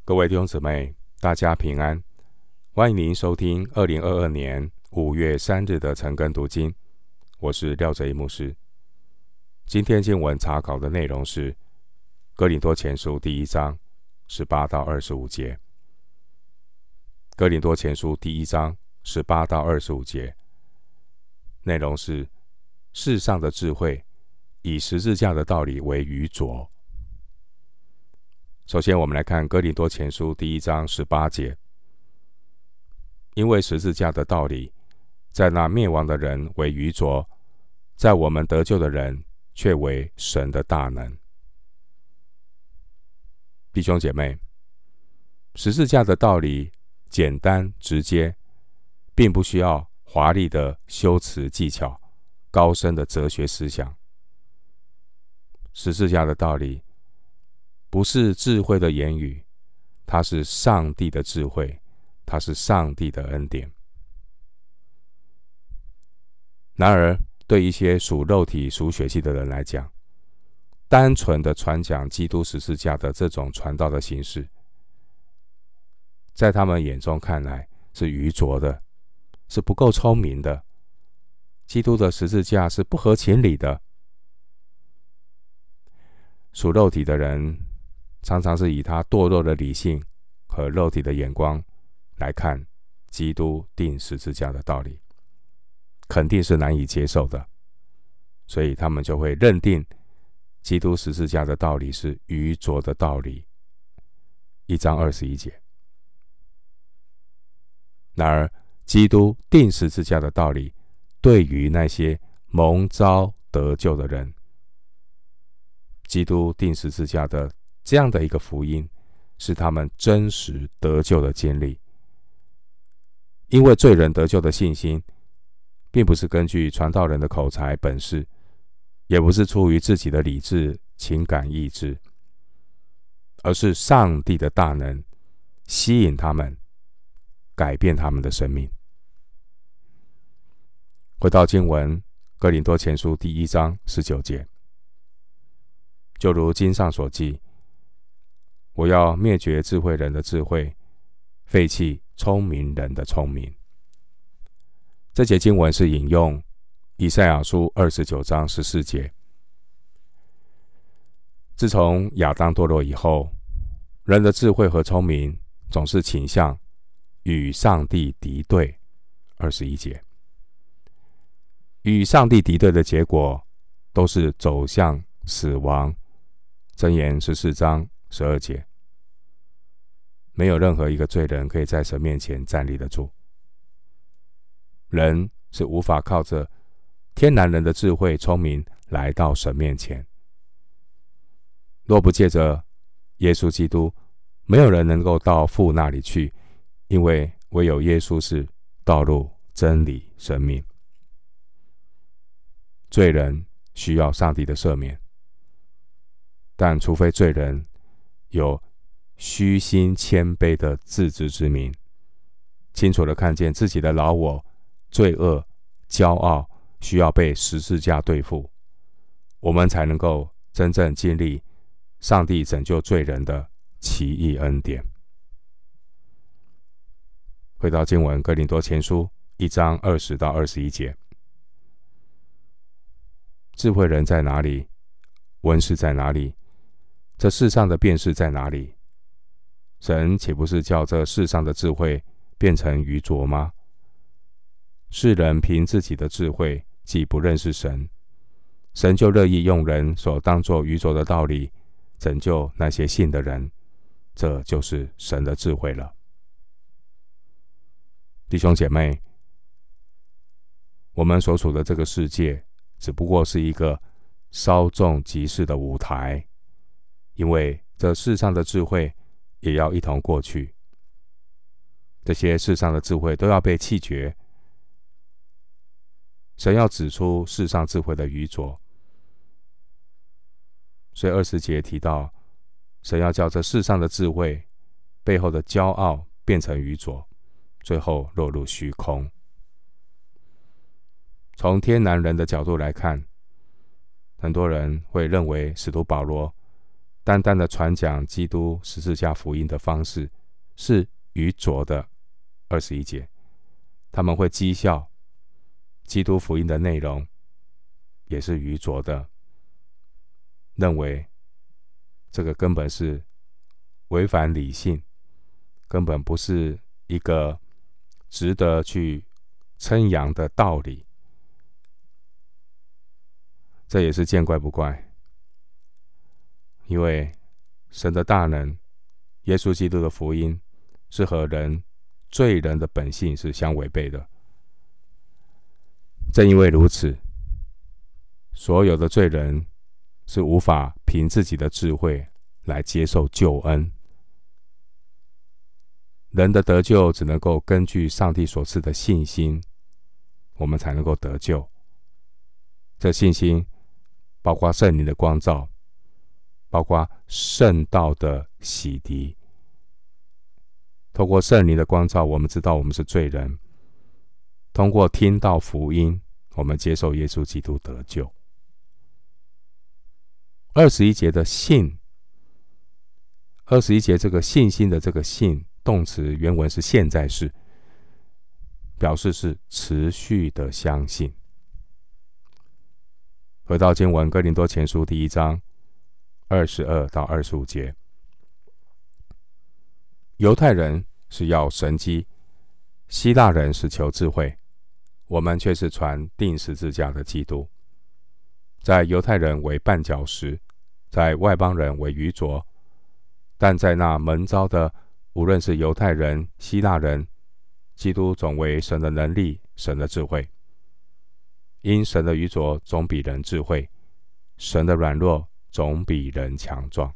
各位弟兄姊妹，大家平安！欢迎您收听2022年5月3日的晨更读经，我是廖哲一牧师。今天经文查考的内容是哥林多前书第1章18到25节。哥林多前书第1章18到25节，内容是世上的智慧以十字架的道理为愚拙。首先，我们来看哥林多前书第1章18节。因为十字架的道理，在那灭亡的人为愚拙，在我们得救的人却为神的大能。弟兄姐妹，十字架的道理简单直接，并不需要华丽的修辞技巧、高深的哲学思想。十字架的道理不是智慧的言语，它是上帝的智慧，它是上帝的恩典。然而，对一些属肉体、属血气的人来讲，单纯的传讲基督十字架的这种传道的形式，在他们眼中看来是愚拙的，是不够聪明的。基督的十字架是不合情理的。属肉体的人常常是以他堕落的理性和肉体的眼光来看基督钉十字架的道理，肯定是难以接受的，所以他们就会认定基督十字架的道理是愚拙的道理。1章21节。然而，基督钉十字架的道理，对于那些蒙召得救的人，基督钉十字架的这样的一个福音，是他们真实得救的经历。因为罪人得救的信心，并不是根据传道人的口才本事，也不是出于自己的理智、情感、意志，而是上帝的大能吸引他们，改变他们的生命。回到经文，哥林多前书第1章19节。就如经上所记，我要灭绝智慧人的智慧，废弃聪明人的聪明。这节经文是引用以赛亚书29章14节。自从亚当堕落以后，人的智慧和聪明总是倾向与上帝敌对。21节。与上帝敌对的结果，都是走向死亡。箴言14章12节。没有任何一个罪人可以在神面前站立得住。人是无法靠着天然人的智慧聪明来到神面前。若不借着耶稣基督，没有人能够到父那里去，因为唯有耶稣是道路、真理、生命。罪人需要上帝的赦免，但除非罪人有虚心谦卑的自知之明，清楚地看见自己的老我、罪恶、骄傲需要被十字架对付，我们才能够真正经历上帝拯救罪人的奇异恩典。回到经文，哥林多前书1章20到21节。智慧人在哪里？文士在哪里？这世上的辩士在哪里？神岂不是叫这世上的智慧变成愚拙吗？世人凭自己的智慧既不认识神，神就乐意用人所当作愚拙的道理拯救那些信的人，这就是神的智慧了。弟兄姐妹，我们所处的这个世界只不过是一个稍纵即逝的舞台，因为这世上的智慧也要一同过去，这些世上的智慧都要被弃绝。神要指出世上智慧的愚拙，所以20节提到，神要叫这世上的智慧背后的骄傲变成愚拙，最后落入虚空。从天然人的角度来看，很多人会认为使徒保罗单单的传讲基督十字架福音的方式是愚拙的。21节，他们会讥笑基督福音的内容也是愚拙的，认为这个根本是违反理性，根本不是一个值得去称扬的道理。这也是见怪不怪，因为神的大能，耶稣基督的福音是和罪人的本性是相违背的。正因为如此，所有的罪人是无法凭自己的智慧来接受救恩。人的得救只能够根据上帝所赐的信心，我们才能够得救。这信心包括圣灵的光照，包括圣道的洗涤。透过圣灵的光照，我们知道我们是罪人。通过听到福音，我们接受耶稣基督得救。21节的信，21节这个信心的这个信，动词原文是现在式，表示是持续的相信。回到经文，哥林多前书第1章22到25节，犹太人是要神迹，希腊人是求智慧，我们却是传钉十字架的基督。在犹太人为绊脚石，在外邦人为愚拙，但在那蒙召的，无论是犹太人、希腊人，基督总为神的能力、神的智慧。因神的愚拙总比人智慧，神的软弱总比人强壮。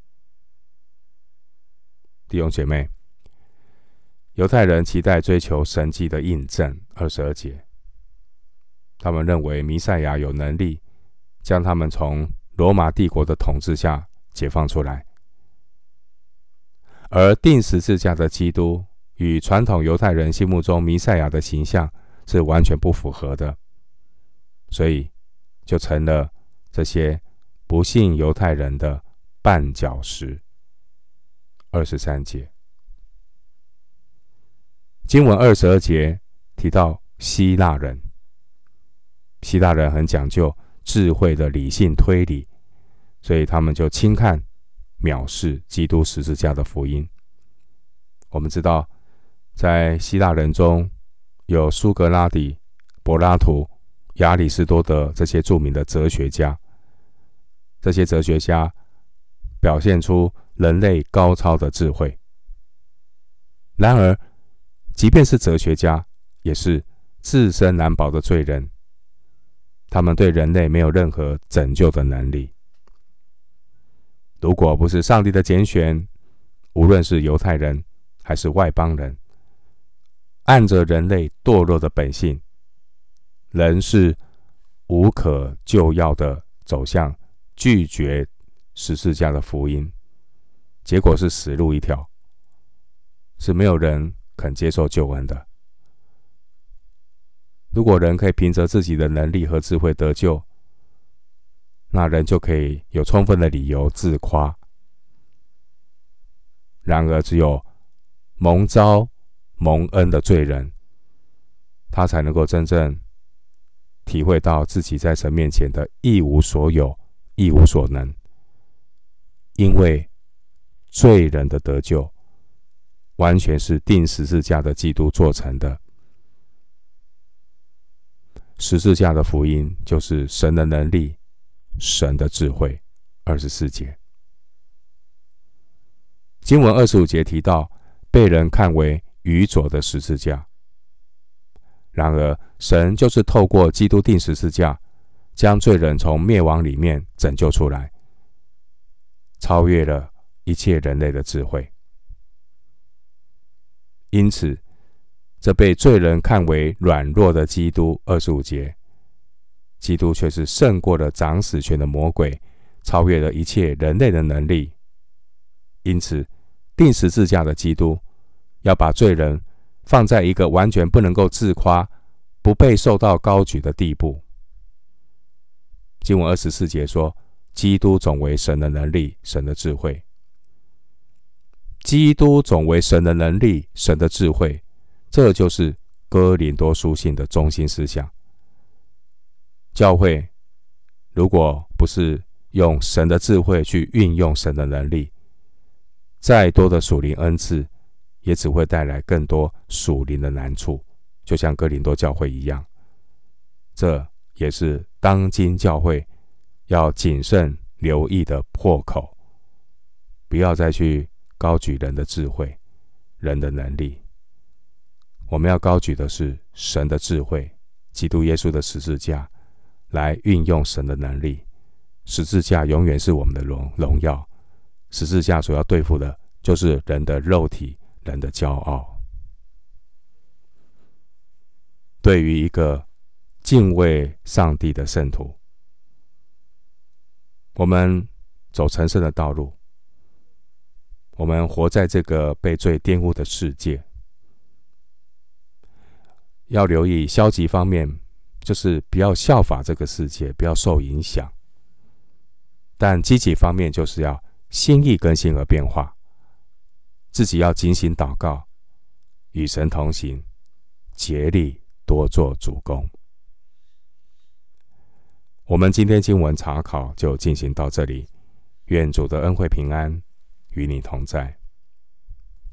弟兄姐妹，犹太人期待追求神迹的印证，22节，他们认为弥赛亚有能力将他们从罗马帝国的统治下解放出来，而钉十字架的基督与传统犹太人心目中弥赛亚的形象是完全不符合的，所以就成了这些不信犹太人的绊脚石。23节，经文22节提到希腊人，希腊人很讲究智慧的理性推理，所以他们就轻看藐视基督十字架的福音。我们知道，在希腊人中有苏格拉底、柏拉图、亚里士多德这些著名的哲学家，这些哲学家表现出人类高超的智慧。然而，即便是哲学家，也是自身难保的罪人，他们对人类没有任何拯救的能力。如果不是上帝的拣选，无论是犹太人还是外邦人，按着人类堕落的本性，人是无可救药的走向拒绝十字架的福音，结果是死路一条，是没有人肯接受救恩的。如果人可以凭着自己的能力和智慧得救，那人就可以有充分的理由自夸。然而只有蒙召蒙恩的罪人，他才能够真正体会到自己在神面前的一无所有、一无所能。因为罪人的得救完全是钉十字架的基督做成的。十字架的福音就是神的能力、神的智慧。24节，经文25节提到被人看为愚拙的十字架，然而神就是透过基督钉十字架，将罪人从灭亡里面拯救出来，超越了一切人类的智慧。因此，这被罪人看为软弱的基督，25节，基督却是胜过了掌死权的魔鬼，超越了一切人类的能力。因此，钉十字架的基督要把罪人放在一个完全不能够自夸、不被受到高举的地步。经文24节说， 基督总为神的能力，神的智慧。基督总为神的能力，神的智慧，这就是哥林多书信的中心思想。教会如果不是用神的智慧去运用神的能力，再多的属灵恩赐也只会带来更多属灵的难处，就像哥林多教会一样。这也是当今教会要谨慎留意的破口，不要再去高举人的智慧、人的能力。我们要高举的是神的智慧，基督耶稣的十字架，来运用神的能力。十字架永远是我们的荣耀，十字架所要对付的就是人的肉体、人的骄傲。对于一个敬畏上帝的圣徒，我们走成圣的道路，我们活在这个被罪玷污的世界，要留意消极方面，就是不要效法这个世界，不要受影响。但积极方面就是要心意更新而变化，自己要警醒祷告，与神同行，竭力多做主工。我们今天经文查考就进行到这里，愿主的恩惠平安与你同在。